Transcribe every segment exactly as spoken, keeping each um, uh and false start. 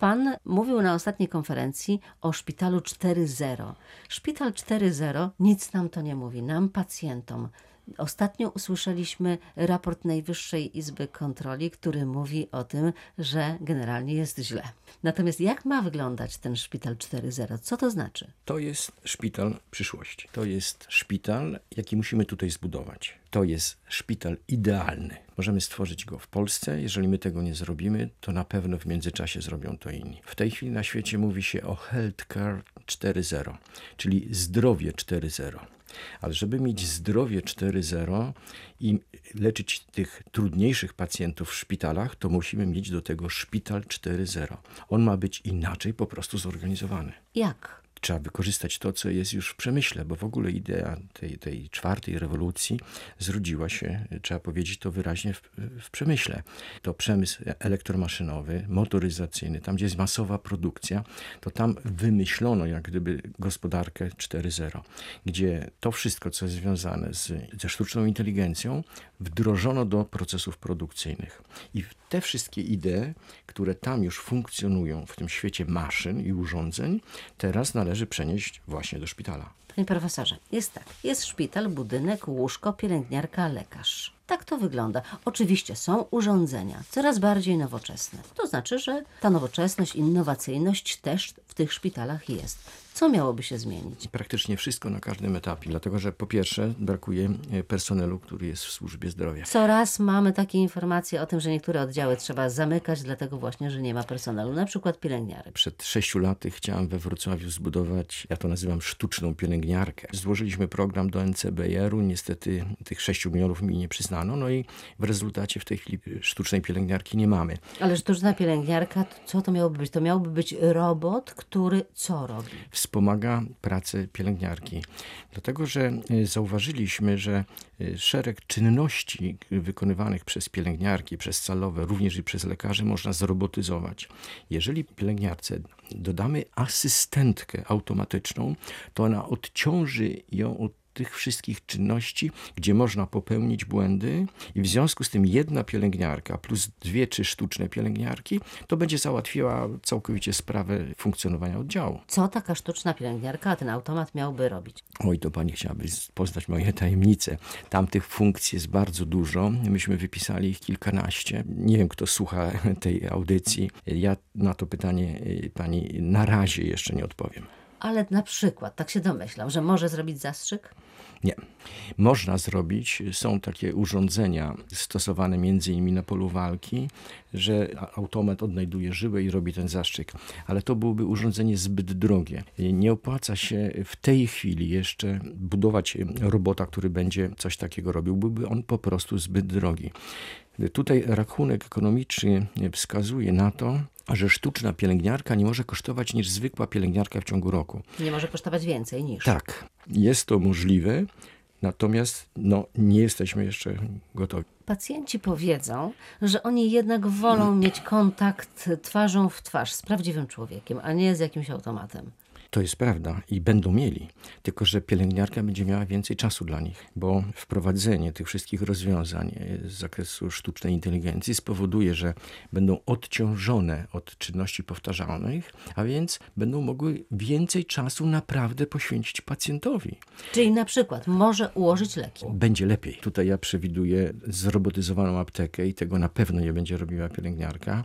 Pan mówił na ostatniej konferencji o szpitalu cztery zero. Szpital cztery zero nic nam to nie mówi, nam pacjentom. Ostatnio usłyszeliśmy raport Najwyższej Izby Kontroli, który mówi o tym, że generalnie jest źle. Natomiast jak ma wyglądać ten szpital cztery zero? Co to znaczy? To jest szpital przyszłości. To jest szpital, jaki musimy tutaj zbudować. To jest szpital idealny. Możemy stworzyć go w Polsce. Jeżeli my tego nie zrobimy, to na pewno w międzyczasie zrobią to inni. W tej chwili na świecie mówi się o healthcare cztery zero, czyli zdrowie cztery zero. Ale żeby mieć zdrowie cztery zero i leczyć tych trudniejszych pacjentów w szpitalach, to musimy mieć do tego szpital cztery zero. On ma być inaczej po prostu zorganizowany. Jak? Trzeba wykorzystać to, co jest już w przemyśle, bo w ogóle idea tej, tej czwartej rewolucji zrodziła się, trzeba powiedzieć to wyraźnie, w, w przemyśle. To przemysł elektromaszynowy, motoryzacyjny, tam gdzie jest masowa produkcja, to tam wymyślono jak gdyby gospodarkę cztery zero, gdzie to wszystko, co jest związane z, ze sztuczną inteligencją, wdrożono do procesów produkcyjnych. I te wszystkie idee, które tam już funkcjonują w tym świecie maszyn i urządzeń, teraz należy przenieść właśnie do szpitala. Panie profesorze, jest tak. Jest szpital, budynek, łóżko, pielęgniarka, lekarz. Tak to wygląda. Oczywiście są urządzenia coraz bardziej nowoczesne. To znaczy, że ta nowoczesność, innowacyjność też w tych szpitalach jest. Co miałoby się zmienić? Praktycznie wszystko na każdym etapie, dlatego że po pierwsze brakuje personelu, który jest w służbie zdrowia. Coraz mamy takie informacje o tym, że niektóre oddziały trzeba zamykać, dlatego właśnie, że nie ma personelu, na przykład pielęgniarek. Przed sześciu laty chciałem we Wrocławiu zbudować, ja to nazywam sztuczną pielęgniarkę. Złożyliśmy program do N C B R u, niestety tych sześciu milionów mi nie przyznano, no i w rezultacie w tej chwili sztucznej pielęgniarki nie mamy. Ale sztuczna pielęgniarka, to co to miałoby być? To miałby być robot, który co robi? Wspomaga pracę pielęgniarki. Dlatego, że zauważyliśmy, że szereg czynności wykonywanych przez pielęgniarki, przez salowe, również i przez lekarzy można zrobotyzować. Jeżeli pielęgniarce dodamy asystentkę automatyczną, to ona odciąży ją od tych wszystkich czynności, gdzie można popełnić błędy i w związku z tym jedna pielęgniarka plus dwie czy sztuczne pielęgniarki to będzie załatwiła całkowicie sprawę funkcjonowania oddziału. Co taka sztuczna pielęgniarka, ten automat miałby robić? Oj, to pani chciałaby poznać moje tajemnice. Tam tych funkcji jest bardzo dużo. Myśmy wypisali ich kilkanaście. Nie wiem, kto słucha tej audycji. Ja na to pytanie pani na razie jeszcze nie odpowiem. Ale na przykład, tak się domyślam, że może zrobić zastrzyk? Nie. Można zrobić, są takie urządzenia stosowane między innymi na polu walki, że automat odnajduje żyłę i robi ten zastrzyk, ale to byłoby urządzenie zbyt drogie. Nie opłaca się w tej chwili jeszcze budować robota, który będzie coś takiego robił, byłby on po prostu zbyt drogi. Tutaj rachunek ekonomiczny wskazuje na to, że sztuczna pielęgniarka nie może kosztować niż zwykła pielęgniarka w ciągu roku. Nie może kosztować więcej niż. Tak, jest to możliwe, natomiast no, nie jesteśmy jeszcze gotowi. Pacjenci powiedzą, że oni jednak wolą mieć kontakt twarzą w twarz z prawdziwym człowiekiem, a nie z jakimś automatem. To jest prawda i będą mieli, tylko że pielęgniarka będzie miała więcej czasu dla nich, bo wprowadzenie tych wszystkich rozwiązań z zakresu sztucznej inteligencji spowoduje, że będą odciążone od czynności powtarzalnych, a więc będą mogły więcej czasu naprawdę poświęcić pacjentowi. Czyli na przykład może ułożyć leki. Będzie lepiej. Tutaj ja przewiduję zrobotyzowaną aptekę i tego na pewno nie będzie robiła pielęgniarka.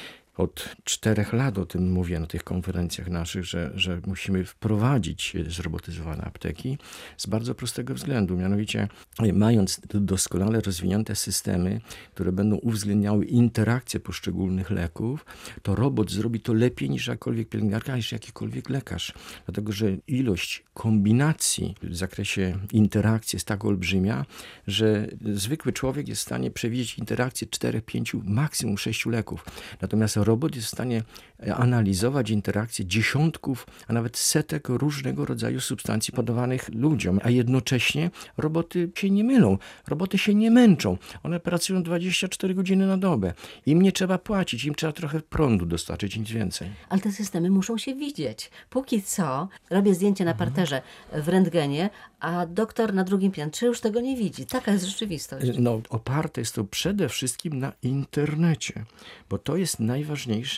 Od czterech lat o tym mówię na tych konferencjach naszych, że, że musimy wprowadzić zrobotyzowane apteki z bardzo prostego względu. Mianowicie mając doskonale rozwinięte systemy, które będą uwzględniały interakcje poszczególnych leków, to robot zrobi to lepiej niż jakakolwiek pielęgniarka, niż jakikolwiek lekarz. Dlatego, że ilość kombinacji w zakresie interakcji jest tak olbrzymia, że zwykły człowiek jest w stanie przewidzieć interakcję czterech, pięciu, maksimum sześciu leków. Natomiast robot jest w stanie analizować interakcje dziesiątków, a nawet setek różnego rodzaju substancji podawanych ludziom, a jednocześnie roboty się nie mylą, roboty się nie męczą. One pracują dwadzieścia cztery godziny na dobę. Im nie trzeba płacić, im trzeba trochę prądu dostarczyć, nic więcej. Ale te systemy muszą się widzieć. Póki co robię zdjęcie na parterze w rentgenie, a doktor na drugim piętrze już tego nie widzi. Taka jest rzeczywistość. No, oparte jest to przede wszystkim na internecie, bo to jest najważniejsze,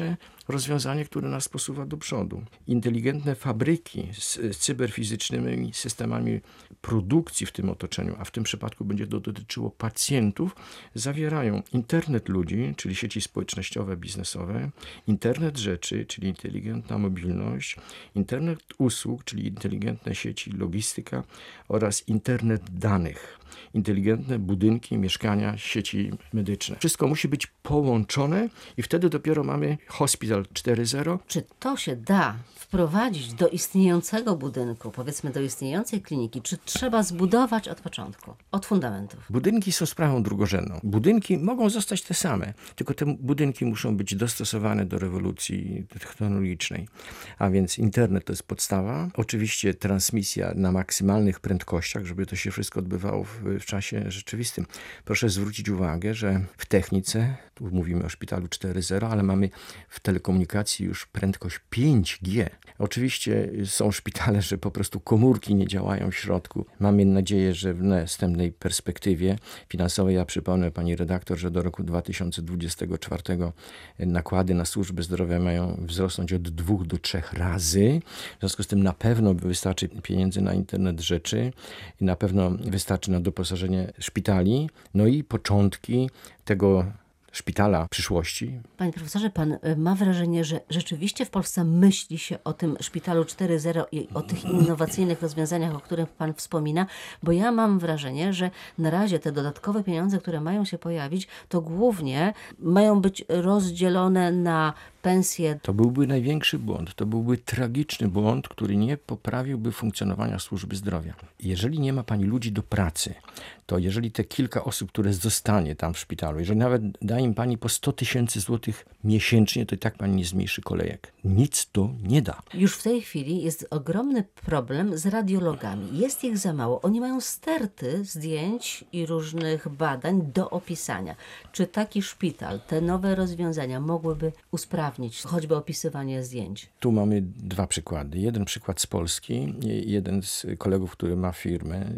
rozwiązanie, które nas posuwa do przodu. Inteligentne fabryki z, z cyberfizycznymi systemami produkcji w tym otoczeniu, a w tym przypadku będzie to dotyczyło pacjentów, zawierają internet ludzi, czyli sieci społecznościowe, biznesowe, internet rzeczy, czyli inteligentna mobilność, internet usług, czyli inteligentne sieci, logistyka oraz internet danych, inteligentne budynki, mieszkania, sieci medyczne. Wszystko musi być połączone i wtedy dopiero mamy Hospital cztery zero. Czy to się da wprowadzić do istniejącego budynku, powiedzmy do istniejącej kliniki, czy trzeba zbudować od początku, od fundamentów? Budynki są sprawą drugorzędną. Budynki mogą zostać te same, tylko te budynki muszą być dostosowane do rewolucji technologicznej. A więc internet to jest podstawa. Oczywiście transmisja na maksymalnych prędkościach, żeby to się wszystko odbywało w, w czasie rzeczywistym. Proszę zwrócić uwagę, że w technice, tu mówimy o szpitalu cztery zero, ale mamy w telekomunikacji już prędkość pięć G. Oczywiście są szpitale, że po prostu komórki nie działają w środku. Mamy nadzieję, że w następnej perspektywie finansowej, ja przypomnę pani redaktor, że do roku dwa tysiące dwudziestego czwartego nakłady na służbę zdrowia mają wzrosnąć od dwóch do trzech razy. W związku z tym na pewno wystarczy pieniędzy na internet rzeczy i na pewno wystarczy na doposażenie szpitali, no i początki tego szpitala przyszłości. Panie profesorze, pan ma wrażenie, że rzeczywiście w Polsce myśli się o tym szpitalu cztery zero i o tych innowacyjnych rozwiązaniach, o których pan wspomina, bo ja mam wrażenie, że na razie te dodatkowe pieniądze, które mają się pojawić, to głównie mają być rozdzielone na pensje. To byłby największy błąd, to byłby tragiczny błąd, który nie poprawiłby funkcjonowania służby zdrowia. Jeżeli nie ma pani ludzi do pracy, to jeżeli te kilka osób, które zostanie tam w szpitalu, jeżeli nawet da im pani po sto tysięcy złotych miesięcznie, to i tak pani nie zmniejszy kolejek. Nic to nie da. Już w tej chwili jest ogromny problem z radiologami. Jest ich za mało. Oni mają sterty zdjęć i różnych badań do opisania. Czy taki szpital, te nowe rozwiązania mogłyby usprawnić choćby opisywanie zdjęć? Tu mamy dwa przykłady. Jeden przykład z Polski. Jeden z kolegów, który ma firmę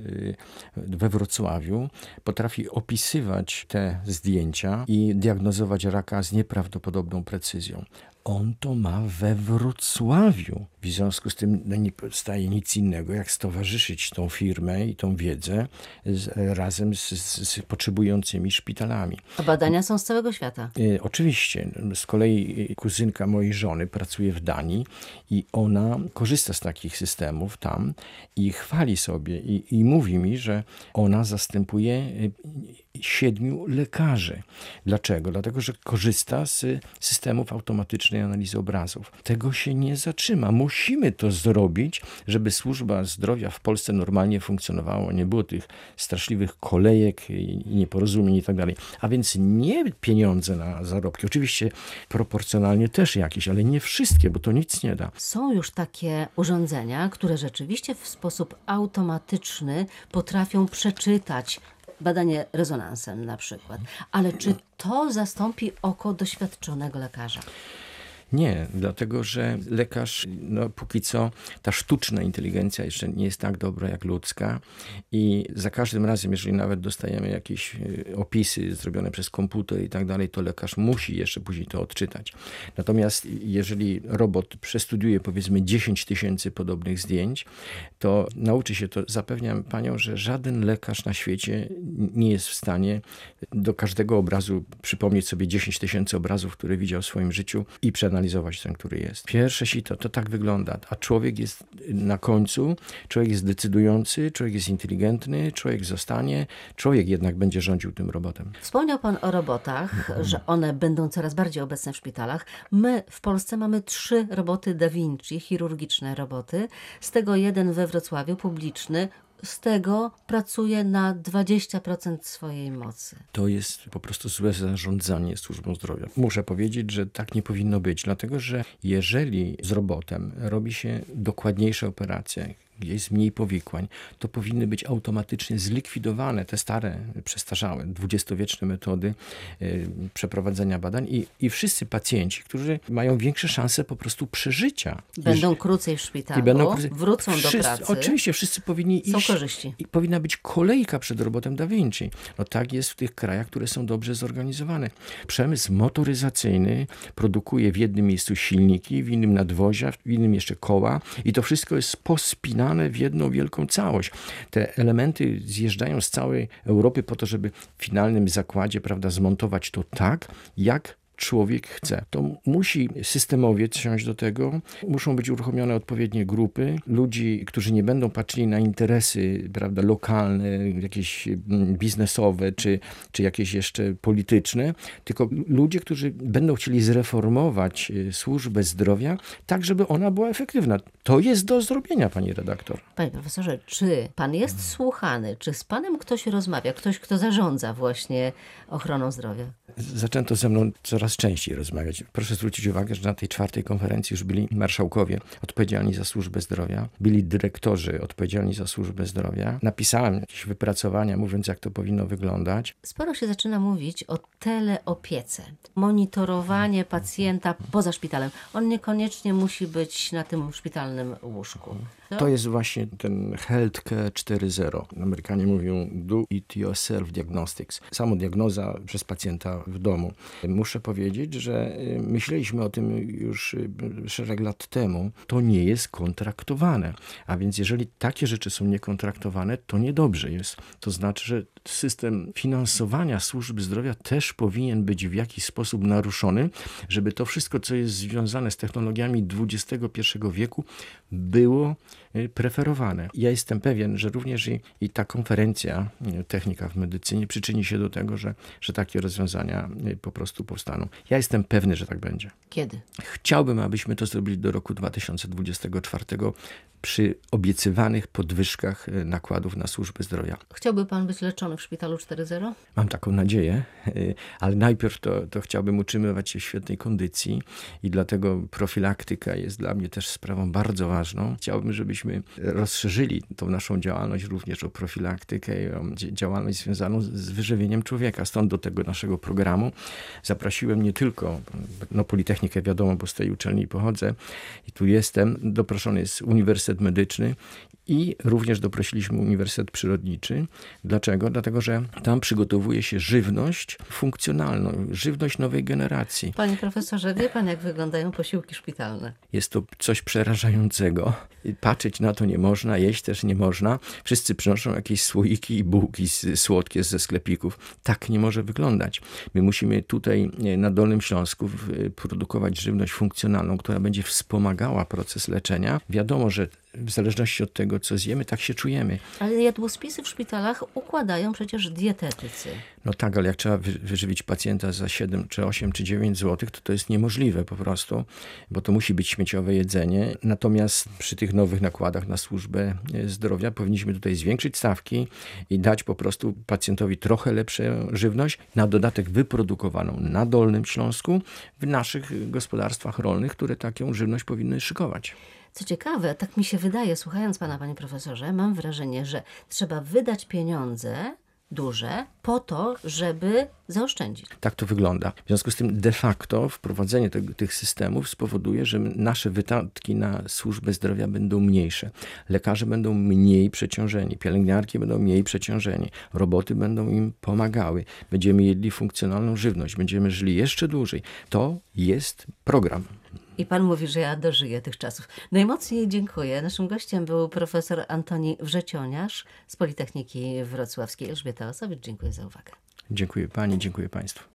we Wrocławiu, potrafi opisywać te zdjęcia i diagnozować raka z nieprawdopodobną precyzją. On to ma we Wrocławiu. W związku z tym no, nie pozostaje nic innego, jak stowarzyszyć tą firmę i tą wiedzę z, razem z, z, z potrzebującymi szpitalami. A badania są z całego świata? E, oczywiście. Z kolei kuzynka mojej żony pracuje w Danii i ona korzysta z takich systemów tam i chwali sobie i, i mówi mi, że ona zastępuje siedmiu lekarzy. Dlaczego? Dlatego, że korzysta z systemów automatycznej analizy obrazów. Tego się nie zatrzyma. Musimy to zrobić, żeby służba zdrowia w Polsce normalnie funkcjonowała. Nie było tych straszliwych kolejek i nieporozumień i tak dalej. A więc nie pieniądze na zarobki. Oczywiście proporcjonalnie też jakieś, ale nie wszystkie, bo to nic nie da. Są już takie urządzenia, które rzeczywiście w sposób automatyczny potrafią przeczytać badanie rezonansem na przykład. Ale czy to zastąpi oko doświadczonego lekarza? Nie, dlatego że lekarz, no póki co ta sztuczna inteligencja jeszcze nie jest tak dobra jak ludzka i za każdym razem, jeżeli nawet dostajemy jakieś opisy zrobione przez komputer i tak dalej, to lekarz musi jeszcze później to odczytać. Natomiast jeżeli robot przestudiuje powiedzmy dziesięć tysięcy podobnych zdjęć, to nauczy się to, zapewniam panią, że żaden lekarz na świecie nie jest w stanie do każdego obrazu przypomnieć sobie dziesięć tysięcy obrazów, które widział w swoim życiu i przeanalizować ten, który jest. Pierwsze sito, to tak wygląda, a człowiek jest na końcu, człowiek jest decydujący, człowiek jest inteligentny, człowiek zostanie, człowiek jednak będzie rządził tym robotem. Wspomniał pan o robotach, że one będą coraz bardziej obecne w szpitalach. My w Polsce mamy trzy roboty Da Vinci, chirurgiczne roboty, z tego jeden we Wrocławiu, publiczny. Z tego pracuje na dwadzieścia procent swojej mocy. To jest po prostu złe zarządzanie służbą zdrowia. Muszę powiedzieć, że tak nie powinno być, dlatego że jeżeli z robotem robi się dokładniejsze operacje, gdzie jest mniej powikłań, to powinny być automatycznie zlikwidowane te stare, przestarzałe, dwudziestowieczne metody y, przeprowadzenia badań i, i wszyscy pacjenci, którzy mają większe szanse po prostu przeżycia. Będą krócej w szpitalu, I będą krócej, wrócą wszyscy, do pracy. Oczywiście, wszyscy powinni Są iść. korzyści. I powinna być kolejka przed robotem Da Vinci. No tak jest w tych krajach, które są dobrze zorganizowane. Przemysł motoryzacyjny produkuje w jednym miejscu silniki, w innym nadwozia, w innym jeszcze koła i to wszystko jest pospinane w jedną wielką całość. Te elementy zjeżdżają z całej Europy po to, żeby w finalnym zakładzie, prawda, zmontować to tak, jak człowiek chce. To musi systemowiec siąść do tego, muszą być uruchomione odpowiednie grupy ludzi, którzy nie będą patrzyli na interesy, prawda, lokalne, jakieś biznesowe, czy, czy jakieś jeszcze polityczne, tylko ludzie, którzy będą chcieli zreformować służbę zdrowia tak, żeby ona była efektywna. To jest do zrobienia, pani redaktor. Panie profesorze, czy pan jest słuchany? Czy z panem ktoś rozmawia? Ktoś, kto zarządza właśnie ochroną zdrowia? Zaczęto ze mną coraz częściej rozmawiać. Proszę zwrócić uwagę, że na tej czwartej konferencji już byli marszałkowie odpowiedzialni za służbę zdrowia, byli dyrektorzy odpowiedzialni za służbę zdrowia. Napisałem jakieś wypracowania, mówiąc, jak to powinno wyglądać. Sporo się zaczyna mówić o teleopiece. Monitorowanie pacjenta poza szpitalem. On niekoniecznie musi być na tym szpitalnym łóżku. No. To jest właśnie ten healthcare cztery zero. Amerykanie mówią do it yourself diagnostics. Samodiagnoza przez pacjenta w domu. Muszę powiedzieć, że myśleliśmy o tym już szereg lat temu. To nie jest kontraktowane. A więc jeżeli takie rzeczy są niekontraktowane, to niedobrze jest. To znaczy, że system finansowania służby zdrowia też powinien być w jakiś sposób naruszony, żeby to wszystko, co jest związane z technologiami dwudziestego pierwszego wieku, było preferowane. Ja jestem pewien, że również i, i ta konferencja Technika w medycynie przyczyni się do tego, że, że takie rozwiązania po prostu powstaną. Ja jestem pewny, że tak będzie. Kiedy? Chciałbym, abyśmy to zrobili do roku dwa tysiące dwudziestego czwartego przy obiecywanych podwyżkach nakładów na służbę zdrowia. Chciałby pan być leczony w szpitalu cztery zero? Mam taką nadzieję, ale najpierw to, to chciałbym utrzymywać się w świetnej kondycji i dlatego profilaktyka jest dla mnie też sprawą bardzo ważną. Chciałbym, żebyśmy rozszerzyli tą naszą działalność również o profilaktykę i o działalność związaną z wyżywieniem człowieka. Stąd do tego naszego programu zaprosiłem nie tylko no, Politechnikę, wiadomo, bo z tej uczelni pochodzę i tu jestem. Doproszony jest Uniwersytet Medyczny i również doprosiliśmy Uniwersytet Przyrodniczy. Dlaczego? Dlatego, że tam przygotowuje się żywność funkcjonalną, żywność nowej generacji. Panie profesorze, wie pan, jak wyglądają posiłki szpitalne? Jest to coś przerażającego. Patrzeć na to nie można, jeść też nie można. Wszyscy przynoszą jakieś słoiki i bułki słodkie ze sklepików. Tak nie może wyglądać. My musimy tutaj na Dolnym Śląsku produkować żywność funkcjonalną, która będzie wspomagała proces leczenia. Wiadomo, że w zależności od tego, co zjemy, tak się czujemy. Ale jadłospisy w szpitalach układają przecież dietetycy. No tak, ale jak trzeba wyżywić pacjenta za siedem, czy osiem, czy dziewięć złotych, to to jest niemożliwe po prostu, bo to musi być śmieciowe jedzenie. Natomiast przy tych nowych nakładach na służbę zdrowia powinniśmy tutaj zwiększyć stawki i dać po prostu pacjentowi trochę lepszą żywność, na dodatek wyprodukowaną na Dolnym Śląsku w naszych gospodarstwach rolnych, które taką żywność powinny szykować. Co ciekawe, tak mi się wydaje, słuchając pana, panie profesorze, mam wrażenie, że trzeba wydać pieniądze duże po to, żeby zaoszczędzić. Tak to wygląda. W związku z tym de facto wprowadzenie te, tych systemów spowoduje, że nasze wydatki na służbę zdrowia będą mniejsze. Lekarze będą mniej przeciążeni, pielęgniarki będą mniej przeciążeni, roboty będą im pomagały. Będziemy jedli funkcjonalną żywność, będziemy żyli jeszcze dłużej. To jest program. I pan mówi, że ja dożyję tych czasów. Najmocniej dziękuję. Naszym gościem był profesor Antoni Wrzecioniarz z Politechniki Wrocławskiej. Elżbieta Osowicz, dziękuję za uwagę. Dziękuję pani, dziękuję państwu.